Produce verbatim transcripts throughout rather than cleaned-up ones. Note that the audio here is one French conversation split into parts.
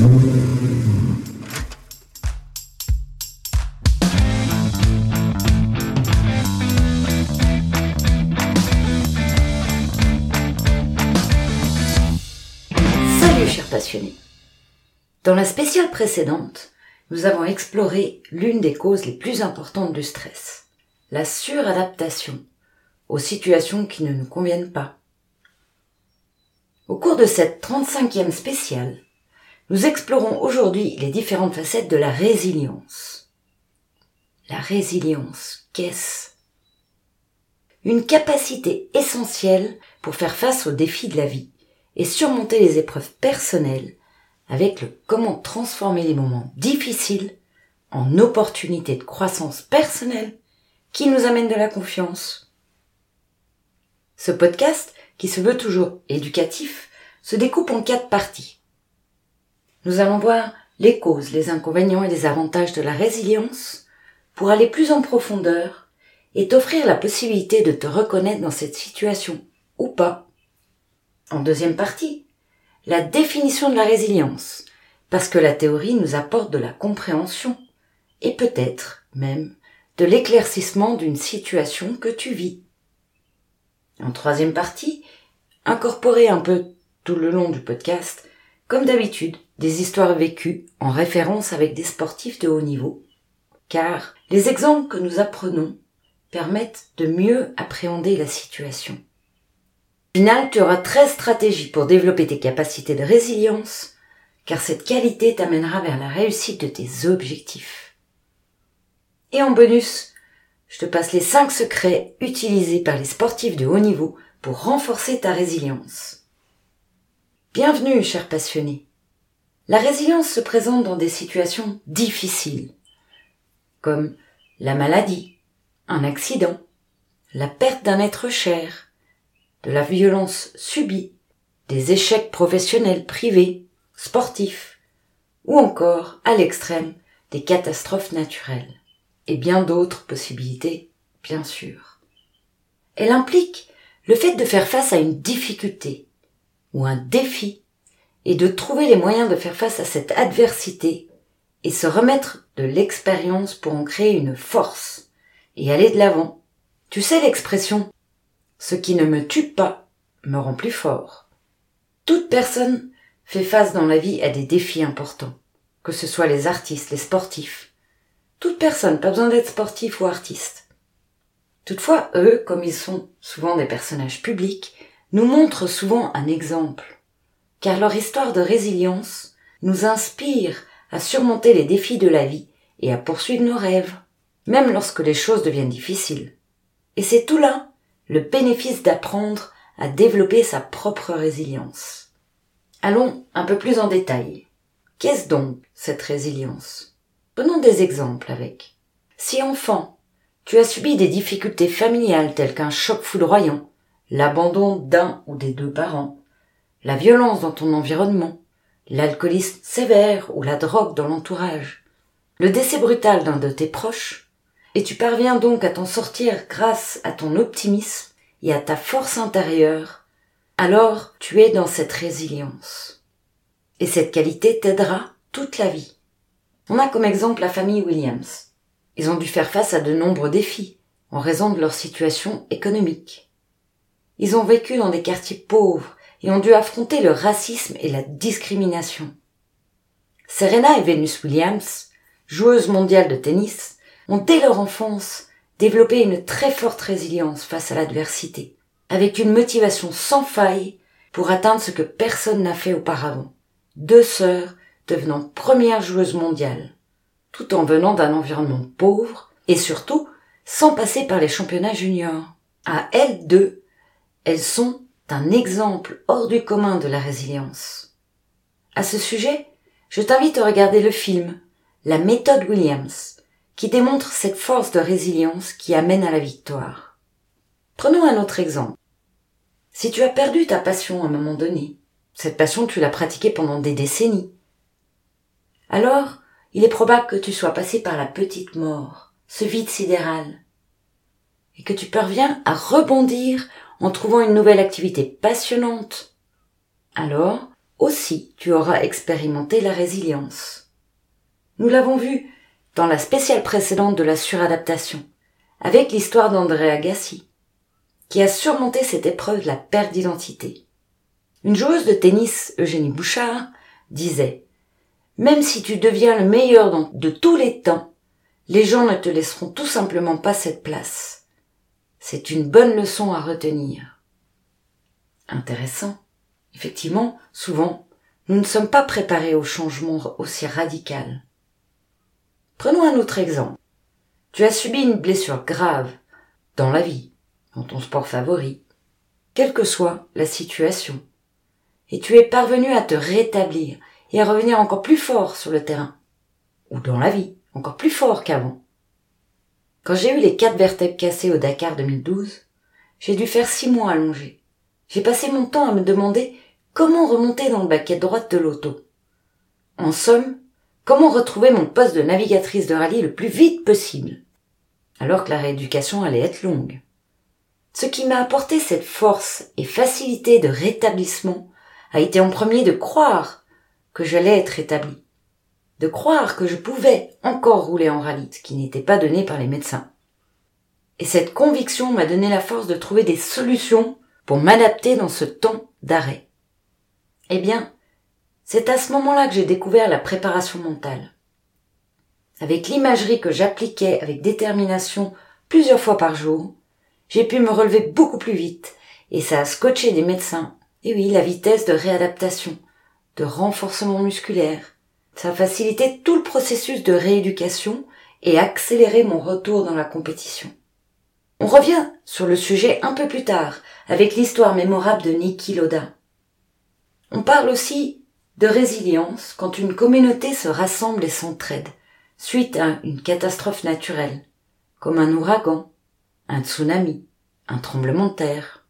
Salut chers passionnés. Dans la spéciale précédente, nous avons exploré l'une des causes les plus importantes du stress, la suradaptation aux situations qui ne nous conviennent pas. Au cours de cette trente-cinquième spéciale, nous explorons aujourd'hui les différentes facettes de la résilience. La résilience, qu'est-ce ? Une capacité essentielle pour faire face aux défis de la vie et surmonter les épreuves personnelles avec le comment transformer les moments difficiles en opportunités de croissance personnelle qui nous amènent de la confiance. Ce podcast, qui se veut toujours éducatif, se découpe en quatre parties. Nous allons voir les causes, les inconvénients et les avantages de la résilience pour aller plus en profondeur et t'offrir la possibilité de te reconnaître dans cette situation ou pas. En deuxième partie, la définition de la résilience, parce que la théorie nous apporte de la compréhension et peut-être même de l'éclaircissement d'une situation que tu vis. En troisième partie, incorporer un peu tout le long du podcast, comme d'habitude, des histoires vécues en référence avec des sportifs de haut niveau, car les exemples que nous apprenons permettent de mieux appréhender la situation. Au final, tu auras treize stratégies pour développer tes capacités de résilience, car cette qualité t'amènera vers la réussite de tes objectifs. Et en bonus, je te passe les cinq secrets utilisés par les sportifs de haut niveau pour renforcer ta résilience. Bienvenue, chers passionnés. La résilience se présente dans des situations difficiles, comme la maladie, un accident, la perte d'un être cher, de la violence subie, des échecs professionnels privés, sportifs, ou encore, à l'extrême, des catastrophes naturelles, et bien d'autres possibilités, bien sûr. Elle implique le fait de faire face à une difficulté, ou un défi, et de trouver les moyens de faire face à cette adversité, et se remettre de l'expérience pour en créer une force, et aller de l'avant. Tu sais l'expression « ce qui ne me tue pas me rend plus fort ». Toute personne fait face dans la vie à des défis importants, que ce soit les artistes, les sportifs. Toute personne, pas besoin d'être sportif ou artiste. Toutefois, eux, comme ils sont souvent des personnages publics, nous montrent souvent un exemple, car leur histoire de résilience nous inspire à surmonter les défis de la vie et à poursuivre nos rêves, même lorsque les choses deviennent difficiles. Et c'est tout là le bénéfice d'apprendre à développer sa propre résilience. Allons un peu plus en détail. Qu'est-ce donc cette résilience ? Prenons des exemples avec. Si enfant, tu as subi des difficultés familiales telles qu'un choc foudroyant, l'abandon d'un ou des deux parents, la violence dans ton environnement, l'alcoolisme sévère ou la drogue dans l'entourage, le décès brutal d'un de tes proches, et tu parviens donc à t'en sortir grâce à ton optimisme et à ta force intérieure, alors tu es dans cette résilience. Et cette qualité t'aidera toute la vie. On a comme exemple la famille Williams. Ils ont dû faire face à de nombreux défis en raison de leur situation économique. Ils ont vécu dans des quartiers pauvres et ont dû affronter le racisme et la discrimination. Serena et Venus Williams, joueuses mondiales de tennis, ont dès leur enfance développé une très forte résilience face à l'adversité, avec une motivation sans faille pour atteindre ce que personne n'a fait auparavant. Deux sœurs devenant premières joueuses mondiales, tout en venant d'un environnement pauvre et surtout sans passer par les championnats juniors. À elles deux, elles sont un exemple hors du commun de la résilience. À ce sujet, je t'invite à regarder le film « La méthode Williams » qui démontre cette force de résilience qui amène à la victoire. Prenons un autre exemple. Si tu as perdu ta passion à un moment donné, cette passion tu l'as pratiquée pendant des décennies, alors il est probable que tu sois passé par la petite mort, ce vide sidéral, et que tu parviens à rebondir en trouvant une nouvelle activité passionnante. Alors, aussi tu auras expérimenté la résilience. Nous l'avons vu dans la spéciale précédente de la suradaptation, avec l'histoire d'André Agassi, qui a surmonté cette épreuve de la perte d'identité. Une joueuse de tennis, Eugénie Bouchard, disait « Même si tu deviens le meilleur de tous les temps, les gens ne te laisseront tout simplement pas cette place. C'est une bonne leçon à retenir. » Intéressant. Effectivement, souvent, nous ne sommes pas préparés au changement aussi radical. Prenons un autre exemple. Tu as subi une blessure grave dans la vie, dans ton sport favori, quelle que soit la situation, et tu es parvenu à te rétablir et à revenir encore plus fort sur le terrain, ou dans la vie, encore plus fort qu'avant. Quand j'ai eu les quatre vertèbres cassées au Dakar deux mille douze, j'ai dû faire six mois allongés. J'ai passé mon temps à me demander comment remonter dans le baquet droite de l'auto. En somme, comment retrouver mon poste de navigatrice de rallye le plus vite possible, alors que la rééducation allait être longue. Ce qui m'a apporté cette force et facilité de rétablissement a été en premier de croire que j'allais être rétabli, de croire que je pouvais encore rouler en rallye, ce qui n'était pas donné par les médecins. Et cette conviction m'a donné la force de trouver des solutions pour m'adapter dans ce temps d'arrêt. Eh bien, c'est à ce moment-là que j'ai découvert la préparation mentale. Avec l'imagerie que j'appliquais avec détermination plusieurs fois par jour, j'ai pu me relever beaucoup plus vite et ça a scotché des médecins. Et oui, la vitesse de réadaptation, de renforcement musculaire, ça a facilité tout le processus de rééducation et accéléré mon retour dans la compétition. On revient sur le sujet un peu plus tard avec l'histoire mémorable de Niki Lauda. On parle aussi de résilience quand une communauté se rassemble et s'entraide suite à une catastrophe naturelle, comme un ouragan, un tsunami, un tremblement de terre.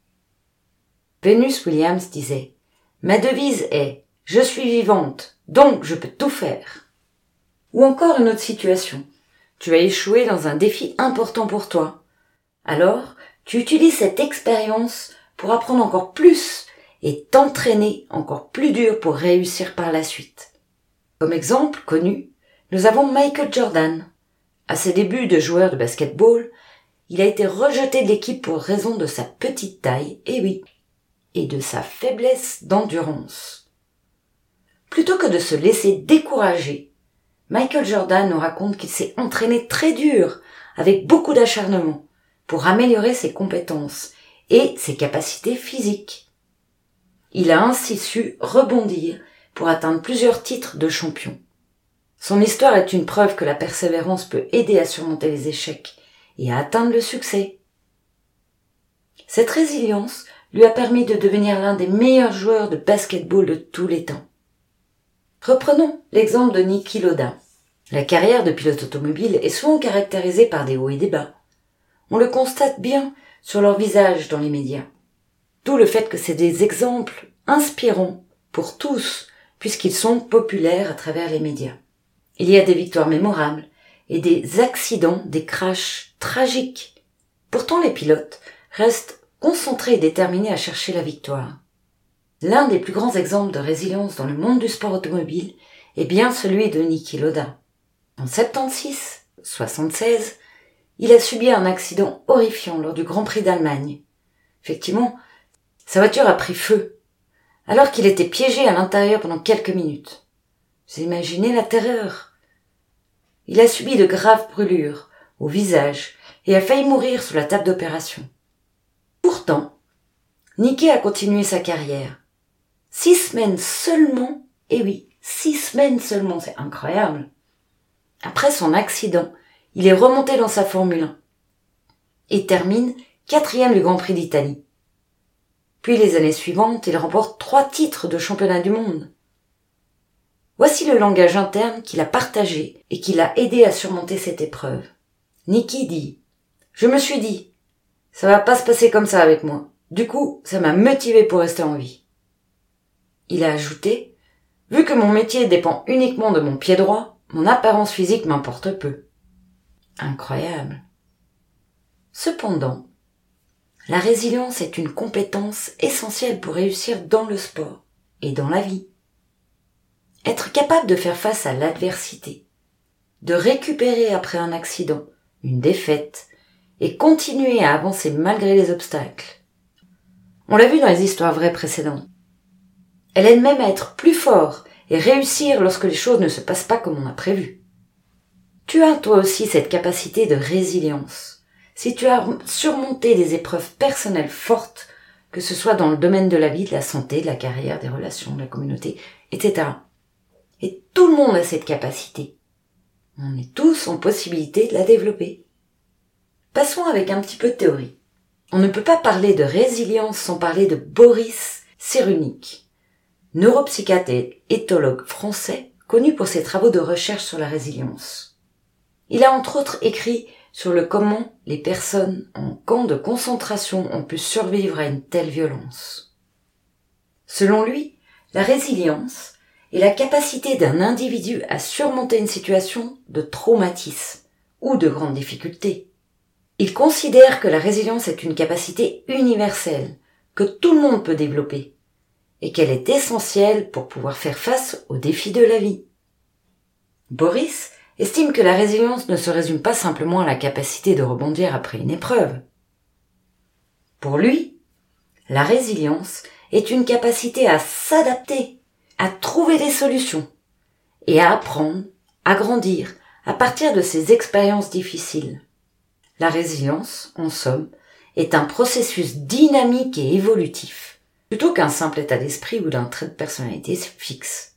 Venus Williams disait « Ma devise est « Je suis vivante, donc je peux tout faire ». Ou encore une autre situation. Tu as échoué dans un défi important pour toi. Alors, tu utilises cette expérience pour apprendre encore plus et t'entraîner encore plus dur pour réussir par la suite. Comme exemple connu, nous avons Michael Jordan. À ses débuts de joueur de basketball, il a été rejeté de l'équipe pour raison de sa petite taille, et oui, et de sa faiblesse d'endurance. Plutôt que de se laisser décourager, Michael Jordan nous raconte qu'il s'est entraîné très dur, avec beaucoup d'acharnement, pour améliorer ses compétences et ses capacités physiques. Il a ainsi su rebondir pour atteindre plusieurs titres de champion. Son histoire est une preuve que la persévérance peut aider à surmonter les échecs et à atteindre le succès. Cette résilience lui a permis de devenir l'un des meilleurs joueurs de basketball de tous les temps. Reprenons l'exemple de Niki Lauda. La carrière de pilote automobile est souvent caractérisée par des hauts et des bas. On le constate bien sur leur visage dans les médias. D'où le fait que c'est des exemples inspirants pour tous, puisqu'ils sont populaires à travers les médias. Il y a des victoires mémorables et des accidents, des crashs tragiques. Pourtant, les pilotes restent concentrés et déterminés à chercher la victoire. L'un des plus grands exemples de résilience dans le monde du sport automobile est bien celui de Niki Lauda. En soixante-seize, soixante-seize, il a subi un accident horrifiant lors du Grand Prix d'Allemagne. Effectivement, sa voiture a pris feu, alors qu'il était piégé à l'intérieur pendant quelques minutes. Vous imaginez la terreur. Il a subi de graves brûlures au visage et a failli mourir sous la table d'opération. Pourtant, Niki a continué sa carrière. Six semaines seulement, et oui, six semaines seulement, c'est incroyable. Après son accident, il est remonté dans sa Formule un et termine quatrième du Grand Prix d'Italie. Puis les années suivantes, il remporte trois titres de championnat du monde. Voici le langage interne qu'il a partagé et qui l'a aidé à surmonter cette épreuve. Niki dit « Je me suis dit, ça va pas se passer comme ça avec moi. Du coup, ça m'a motivé pour rester en vie. » Il a ajouté « Vu que mon métier dépend uniquement de mon pied droit, mon apparence physique m'importe peu. » Incroyable. Cependant, la résilience est une compétence essentielle pour réussir dans le sport et dans la vie. Être capable de faire face à l'adversité, de récupérer après un accident, une défaite, et continuer à avancer malgré les obstacles. On l'a vu dans les histoires vraies précédentes. Elle aide même à être plus fort et réussir lorsque les choses ne se passent pas comme on a prévu. Tu as toi aussi cette capacité de résilience. Si tu as surmonté des épreuves personnelles fortes, que ce soit dans le domaine de la vie, de la santé, de la carrière, des relations, de la communauté, et cetera. Et tout le monde a cette capacité. On est tous en possibilité de la développer. Passons avec un petit peu de théorie. On ne peut pas parler de résilience sans parler de Boris Cyrulnik, neuropsychiatre et éthologue français connu pour ses travaux de recherche sur la résilience. Il a entre autres écrit sur le comment les personnes en camp de concentration ont pu survivre à une telle violence. Selon lui, la résilience est la capacité d'un individu à surmonter une situation de traumatisme ou de grande difficulté. Il considère que la résilience est une capacité universelle, que tout le monde peut développer, et qu'elle est essentielle pour pouvoir faire face aux défis de la vie. Boris estime que la résilience ne se résume pas simplement à la capacité de rebondir après une épreuve. Pour lui, la résilience est une capacité à s'adapter, à trouver des solutions, et à apprendre, à grandir, à partir de ces expériences difficiles. La résilience, en somme, est un processus dynamique et évolutif, plutôt qu'un simple état d'esprit ou d'un trait de personnalité fixe.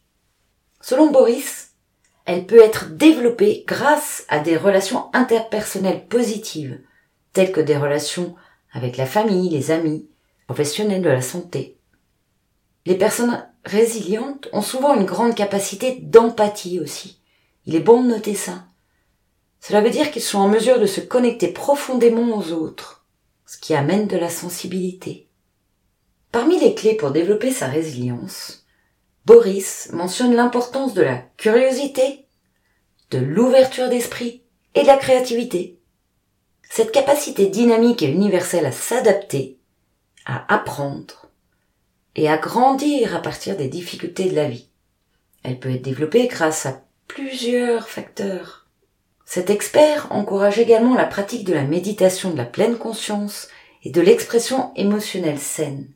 Selon Boris, elle peut être développée grâce à des relations interpersonnelles positives, telles que des relations avec la famille, les amis, professionnels de la santé. Les personnes résilientes ont souvent une grande capacité d'empathie aussi. Il est bon de noter ça. Cela veut dire qu'ils sont en mesure de se connecter profondément aux autres, ce qui amène de la sensibilité. Parmi les clés pour développer sa résilience, Boris mentionne l'importance de la curiosité, de l'ouverture d'esprit et de la créativité. Cette capacité dynamique et universelle à s'adapter, à apprendre et à grandir à partir des difficultés de la vie. Elle peut être développée grâce à plusieurs facteurs. Cet expert encourage également la pratique de la méditation de la pleine conscience et de l'expression émotionnelle saine.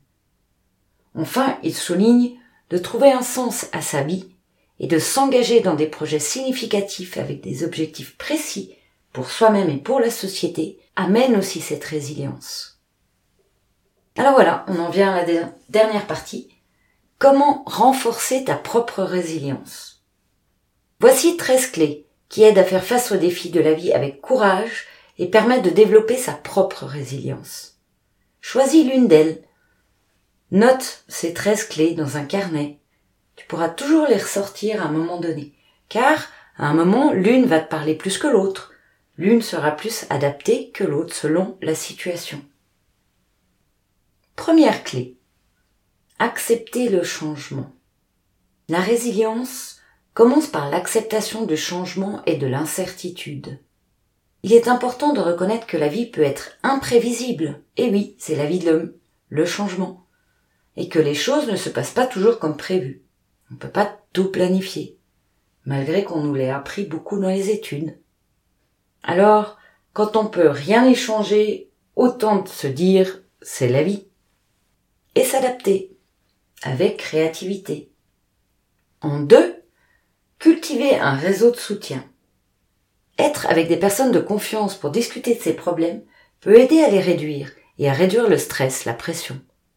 Enfin, il souligne de trouver un sens à sa vie et de s'engager dans des projets significatifs avec des objectifs précis pour soi-même et pour la société amène aussi cette résilience. Alors voilà, on en vient à la dernière partie. Comment renforcer ta propre résilience ? Voici treize clés qui aident à faire face aux défis de la vie avec courage et permettent de développer sa propre résilience. Choisis l'une d'elles. Note ces treize clés dans un carnet. Tu pourras toujours les ressortir à un moment donné, car à un moment, l'une va te parler plus que l'autre. L'une sera plus adaptée que l'autre selon la situation. Première clé. Accepter le changement. La résilience commence par l'acceptation du changement et de l'incertitude. Il est important de reconnaître que la vie peut être imprévisible. Et oui, c'est la vie de l'homme, le changement. Et que les choses ne se passent pas toujours comme prévu. On ne peut pas tout planifier, malgré qu'on nous l'ait appris beaucoup dans les études. Alors, quand on peut rien y changer, autant se dire « c'est la vie » et s'adapter avec créativité. En deux, cultiver un réseau de soutien. Être avec des personnes de confiance pour discuter de ses problèmes peut aider à les réduire et à réduire le stress, la pression.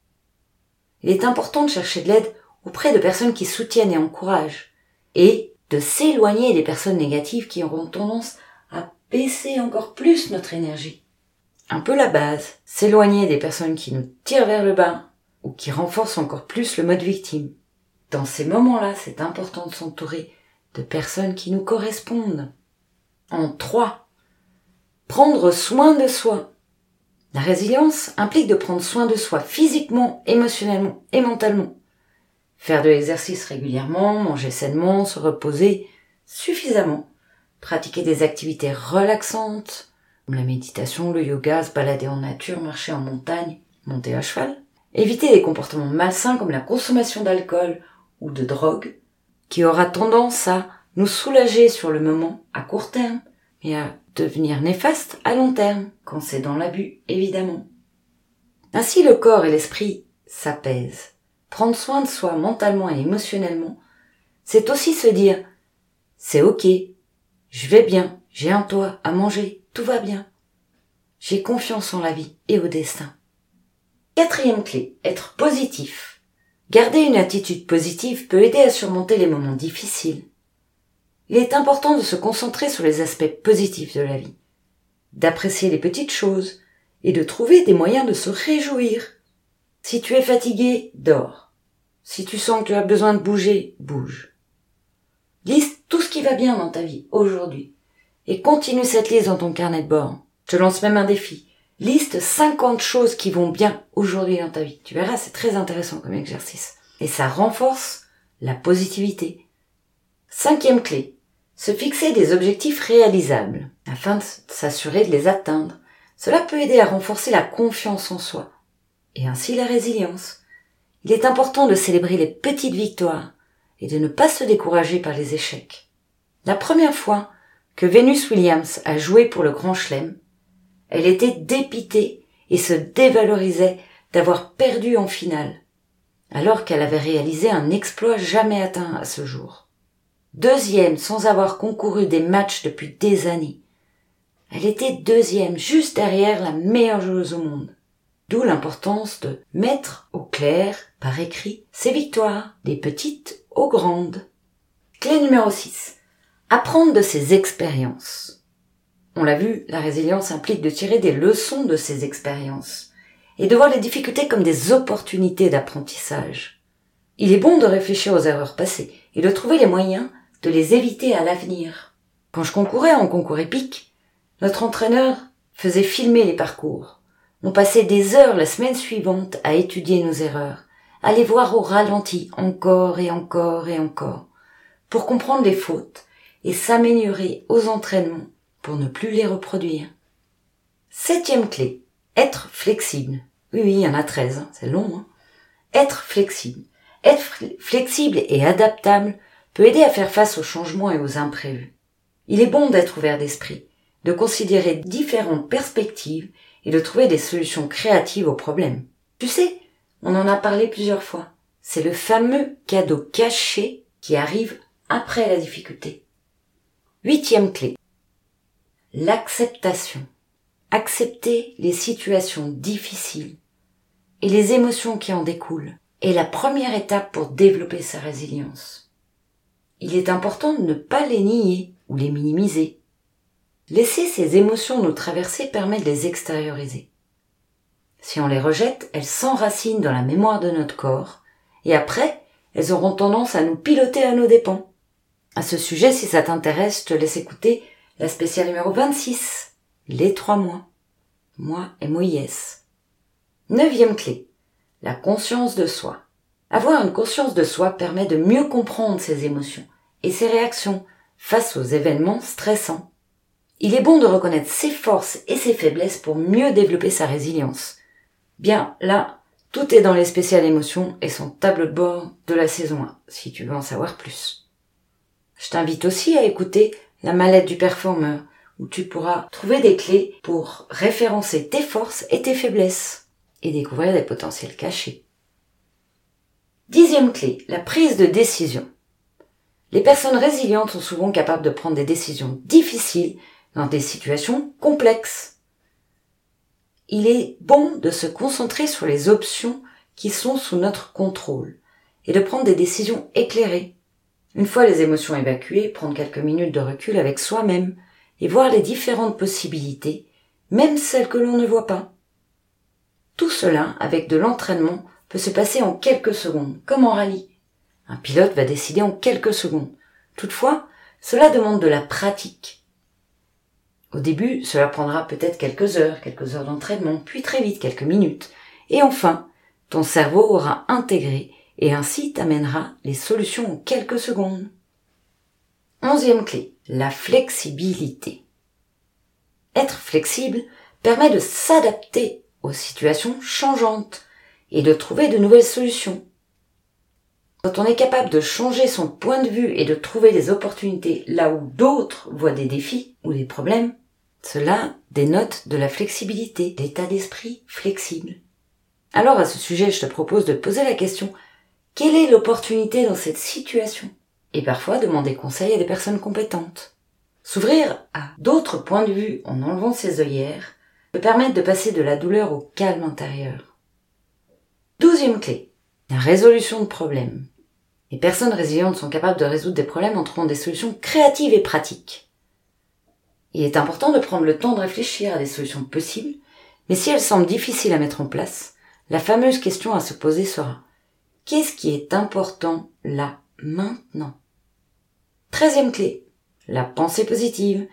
Il est important de chercher de l'aide auprès de personnes qui soutiennent et encouragent et de s'éloigner des personnes négatives qui auront tendance à baisser encore plus notre énergie. Un peu la base, s'éloigner des personnes qui nous tirent vers le bas ou qui renforcent encore plus le mode victime. Dans ces moments-là, c'est important de s'entourer de personnes qui nous correspondent. En trois, prendre soin de soi. La résilience implique de prendre soin de soi physiquement, émotionnellement et mentalement. Faire de l'exercice régulièrement, manger sainement, se reposer suffisamment, pratiquer des activités relaxantes, comme la méditation, le yoga, se balader en nature, marcher en montagne, monter à cheval, Éviter les comportements malsains comme la consommation d'alcool ou de drogue, qui aura tendance à nous soulager sur le moment, à court terme, mais à devenir néfaste à long terme, quand c'est dans l'abus, évidemment. Ainsi, le corps et l'esprit s'apaisent. Prendre soin de soi mentalement et émotionnellement, c'est aussi se dire « c'est ok, je vais bien, j'ai un toit, à manger, tout va bien. J'ai confiance en la vie et au destin. » Quatrième clé, être positif. Garder une attitude positive peut aider à surmonter les moments difficiles. Il est important de se concentrer sur les aspects positifs de la vie, d'apprécier les petites choses et de trouver des moyens de se réjouir. Si tu es fatigué, dors. Si tu sens que tu as besoin de bouger, bouge. Liste tout ce qui va bien dans ta vie aujourd'hui et continue cette liste dans ton carnet de bord. Je te lance même un défi. Liste cinquante choses qui vont bien aujourd'hui dans ta vie. Tu verras, c'est très intéressant comme exercice. Et ça renforce la positivité. Cinquième clé. Se fixer des objectifs réalisables afin de s'assurer de les atteindre. Cela peut aider à renforcer la confiance en soi et ainsi la résilience. Il est important de célébrer les petites victoires et de ne pas se décourager par les échecs. La première fois que Venus Williams a joué pour le Grand Chelem, elle était dépitée et se dévalorisait d'avoir perdu en finale, alors qu'elle avait réalisé un exploit jamais atteint à ce jour. Deuxième sans avoir concouru des matchs depuis des années. Elle était deuxième, juste derrière la meilleure joueuse au monde. D'où l'importance de mettre au clair, par écrit, ses victoires, des petites aux grandes. Clé numéro six. Apprendre de ses expériences. On l'a vu, la résilience implique de tirer des leçons de ses expériences et de voir les difficultés comme des opportunités d'apprentissage. Il est bon de réfléchir aux erreurs passées et de trouver les moyens de les éviter à l'avenir. Quand je concourais en concours épique, notre entraîneur faisait filmer les parcours. On passait des heures la semaine suivante à étudier nos erreurs, à les voir au ralenti encore et encore et encore, pour comprendre les fautes et s'améliorer aux entraînements pour ne plus les reproduire. Septième clé, être flexible. Oui, oui, il y en a treize, hein, c'est long. Hein. Être flexible. Être flexible et adaptable peut aider à faire face aux changements et aux imprévus. Il est bon d'être ouvert d'esprit, de considérer différentes perspectives et de trouver des solutions créatives aux problèmes. Tu sais, on en a parlé plusieurs fois. C'est le fameux cadeau caché qui arrive après la difficulté. Huitième clé. L'acceptation. Accepter les situations difficiles et les émotions qui en découlent est la première étape pour développer sa résilience. Il est important de ne pas les nier ou les minimiser. Laisser ces émotions nous traverser permet de les extérioriser. Si on les rejette, elles s'enracinent dans la mémoire de notre corps et après, elles auront tendance à nous piloter à nos dépens. À ce sujet, si ça t'intéresse, je te laisse écouter la spéciale numéro vingt-six, les trois mois. Moi, M O I S. Neuvième clé, la conscience de soi. Avoir une conscience de soi permet de mieux comprendre ses émotions et ses réactions face aux événements stressants. Il est bon de reconnaître ses forces et ses faiblesses pour mieux développer sa résilience. Bien, là, tout est dans les spéciales émotions et son tableau de bord de la saison un, si tu veux en savoir plus. Je t'invite aussi à écouter la mallette du performeur, où tu pourras trouver des clés pour référencer tes forces et tes faiblesses et découvrir des potentiels cachés. Dixième clé, la prise de décision. Les personnes résilientes sont souvent capables de prendre des décisions difficiles dans des situations complexes. Il est bon de se concentrer sur les options qui sont sous notre contrôle et de prendre des décisions éclairées. Une fois les émotions évacuées, prendre quelques minutes de recul avec soi-même et voir les différentes possibilités, même celles que l'on ne voit pas. Tout cela, avec de l'entraînement, peut se passer en quelques secondes, comme en rallye. Un pilote va décider en quelques secondes. Toutefois, cela demande de la pratique. Au début, cela prendra peut-être quelques heures, quelques heures d'entraînement, puis très vite quelques minutes. Et enfin, ton cerveau aura intégré et ainsi t'amènera les solutions en quelques secondes. Onzième clé, la flexibilité. Être flexible permet de s'adapter aux situations changeantes et de trouver de nouvelles solutions. Quand on est capable de changer son point de vue et de trouver des opportunités là où d'autres voient des défis ou des problèmes, cela dénote de la flexibilité, d'état d'esprit flexible. Alors à ce sujet, je te propose de te poser la question, quelle est l'opportunité dans cette situation? Et parfois demander conseil à des personnes compétentes. S'ouvrir à d'autres points de vue en enlevant ses œillères peut permettre de passer de la douleur au calme intérieur. Douzième clé, la résolution de problèmes. Les personnes résilientes sont capables de résoudre des problèmes en trouvant des solutions créatives et pratiques. Il est important de prendre le temps de réfléchir à des solutions possibles, mais si elles semblent difficiles à mettre en place, la fameuse question à se poser sera « Qu'est-ce qui est important là, maintenant ?» Treizième clé, la pensée positive.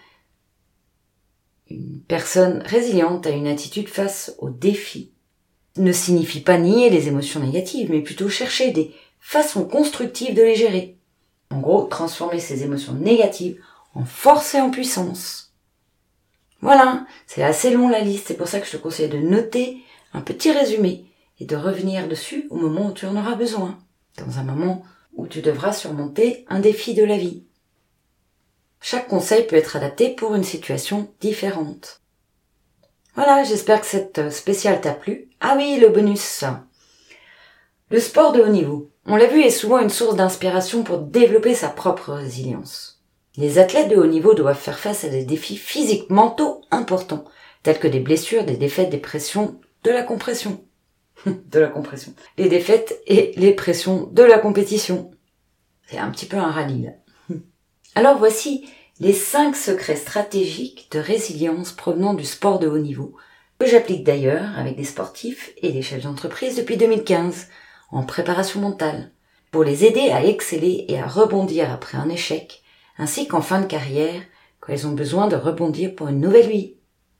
Une personne résiliente a une attitude face aux défis. Ne signifie pas nier les émotions négatives, mais plutôt chercher des façon constructive de les gérer. En gros, transformer ces émotions négatives en force et en puissance. Voilà, c'est assez long la liste, c'est pour ça que je te conseille de noter un petit résumé et de revenir dessus au moment où tu en auras besoin, dans un moment où tu devras surmonter un défi de la vie. Chaque conseil peut être adapté pour une situation différente. Voilà, j'espère que cette spéciale t'a plu. Ah oui, le bonus. Le sport de haut niveau, on l'a vu, est souvent une source d'inspiration pour développer sa propre résilience. Les athlètes de haut niveau doivent faire face à des défis physiques mentaux importants, tels que des blessures, des défaites, des pressions, de la compression. de la compression. Les défaites et les pressions de la compétition. C'est un petit peu un rallye, là. Alors voici les cinq secrets stratégiques de résilience provenant du sport de haut niveau, que j'applique d'ailleurs avec des sportifs et des chefs d'entreprise depuis deux mille quinze, en préparation mentale, pour les aider à exceller et à rebondir après un échec, ainsi qu'en fin de carrière, quand ils ont besoin de rebondir pour une nouvelle vie.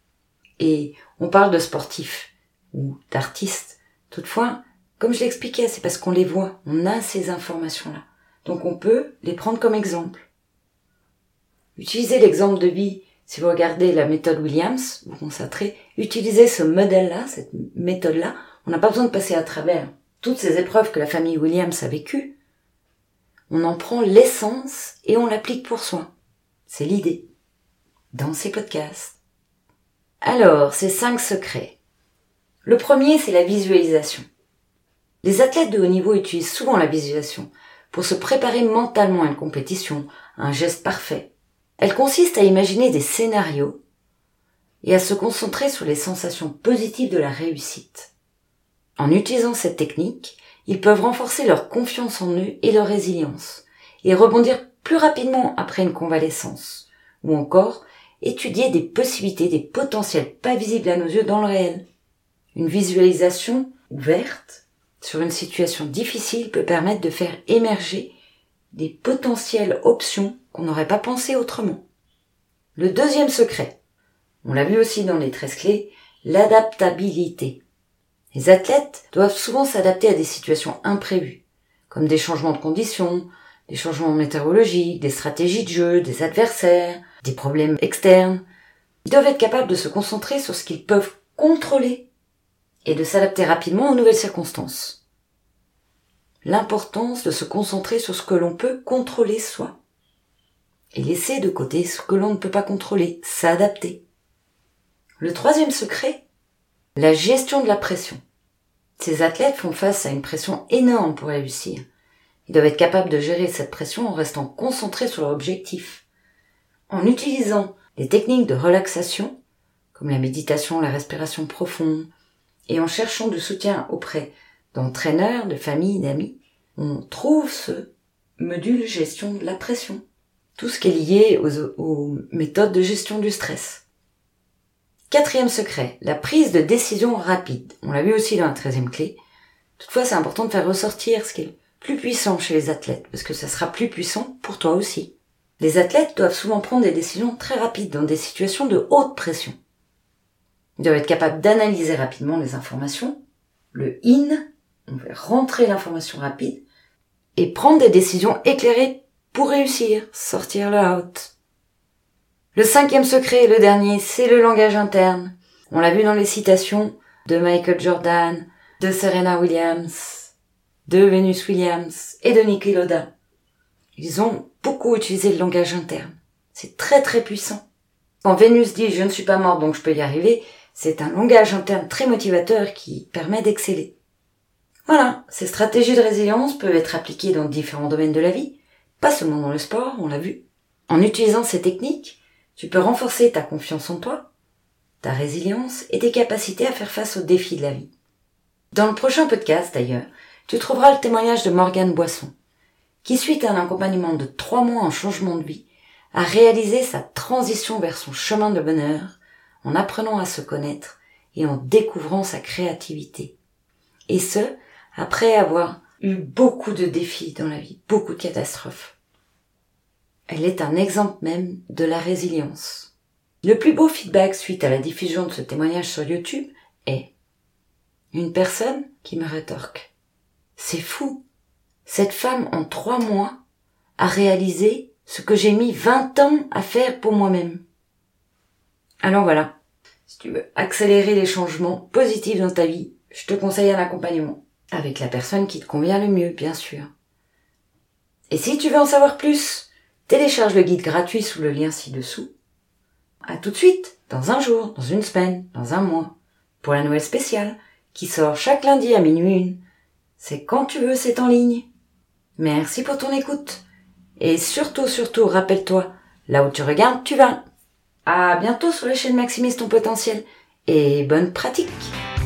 Et on parle de sportifs ou d'artistes. Toutefois, comme je l'expliquais, c'est parce qu'on les voit, on a ces informations-là. Donc on peut les prendre comme exemple. Utilisez l'exemple de vie, si vous regardez la méthode Williams, vous constaterez, utilisez ce modèle-là, cette méthode-là, on n'a pas besoin de passer à travers toutes ces épreuves que la famille Williams a vécues. On en prend l'essence et on l'applique pour soi. C'est l'idée. Dans ces podcasts. Alors, ces cinq secrets. Le premier, c'est la visualisation. Les athlètes de haut niveau utilisent souvent la visualisation pour se préparer mentalement à une compétition, à un geste parfait. Elle consiste à imaginer des scénarios et à se concentrer sur les sensations positives de la réussite. En utilisant cette technique, ils peuvent renforcer leur confiance en eux et leur résilience, et rebondir plus rapidement après une convalescence, ou encore étudier des possibilités, des potentiels pas visibles à nos yeux dans le réel. Une visualisation ouverte sur une situation difficile peut permettre de faire émerger des potentielles options qu'on n'aurait pas pensé autrement. Le deuxième secret, on l'a vu aussi dans les treize clés, l'adaptabilité. Les athlètes doivent souvent s'adapter à des situations imprévues, comme des changements de conditions, des changements météorologiques, des stratégies de jeu, des adversaires, des problèmes externes. Ils doivent être capables de se concentrer sur ce qu'ils peuvent contrôler et de s'adapter rapidement aux nouvelles circonstances. L'importance de se concentrer sur ce que l'on peut contrôler soi et laisser de côté ce que l'on ne peut pas contrôler, s'adapter. Le troisième secret, la gestion de la pression. Ces athlètes font face à une pression énorme pour réussir. Ils doivent être capables de gérer cette pression en restant concentrés sur leur objectif. En utilisant des techniques de relaxation, comme la méditation, la respiration profonde, et en cherchant du soutien auprès d'entraîneurs, de familles, d'amis, on trouve ce module gestion de la pression. Tout ce qui est lié aux, aux méthodes de gestion du stress. Quatrième secret, la prise de décision rapide. On l'a vu aussi dans la treizième clé. Toutefois, c'est important de faire ressortir ce qui est le plus puissant chez les athlètes, parce que ça sera plus puissant pour toi aussi. Les athlètes doivent souvent prendre des décisions très rapides dans des situations de haute pression. Ils doivent être capables d'analyser rapidement les informations, le in, on va rentrer l'information rapide, et prendre des décisions éclairées pour réussir, sortir le out. Le cinquième secret, le dernier, c'est le langage interne. On l'a vu dans les citations de Michael Jordan, de Serena Williams, de Venus Williams et de Niki Lauda. Ils ont beaucoup utilisé le langage interne. C'est très très puissant. Quand Vénus dit « je ne suis pas morte donc je peux y arriver », c'est un langage interne très motivateur qui permet d'exceller. Voilà, ces stratégies de résilience peuvent être appliquées dans différents domaines de la vie, pas seulement dans le sport, on l'a vu. En utilisant ces techniques, tu peux renforcer ta confiance en toi, ta résilience et tes capacités à faire face aux défis de la vie. Dans le prochain podcast d'ailleurs, tu trouveras le témoignage de Morgane Boisson, qui suite à un accompagnement de trois mois en changement de vie, a réalisé sa transition vers son chemin de bonheur en apprenant à se connaître et en découvrant sa créativité. Et ce, après avoir eu beaucoup de défis dans la vie, beaucoup de catastrophes. Elle est un exemple même de la résilience. Le plus beau feedback suite à la diffusion de ce témoignage sur YouTube est une personne qui me rétorque. C'est fou. Cette femme, en trois mois, a réalisé ce que j'ai mis vingt ans à faire pour moi-même. Alors voilà. Si tu veux accélérer les changements positifs dans ta vie, je te conseille un accompagnement. Avec la personne qui te convient le mieux, bien sûr. Et si tu veux en savoir plus, télécharge le guide gratuit sous le lien ci-dessous. À tout de suite, dans un jour, dans une semaine, dans un mois, pour la Noël spéciale, qui sort chaque lundi à minuit une. C'est quand tu veux, c'est en ligne. Merci pour ton écoute. Et surtout, surtout, rappelle-toi, là où tu regardes, tu vas. À bientôt sur la chaîne Maximise ton potentiel. Et bonne pratique!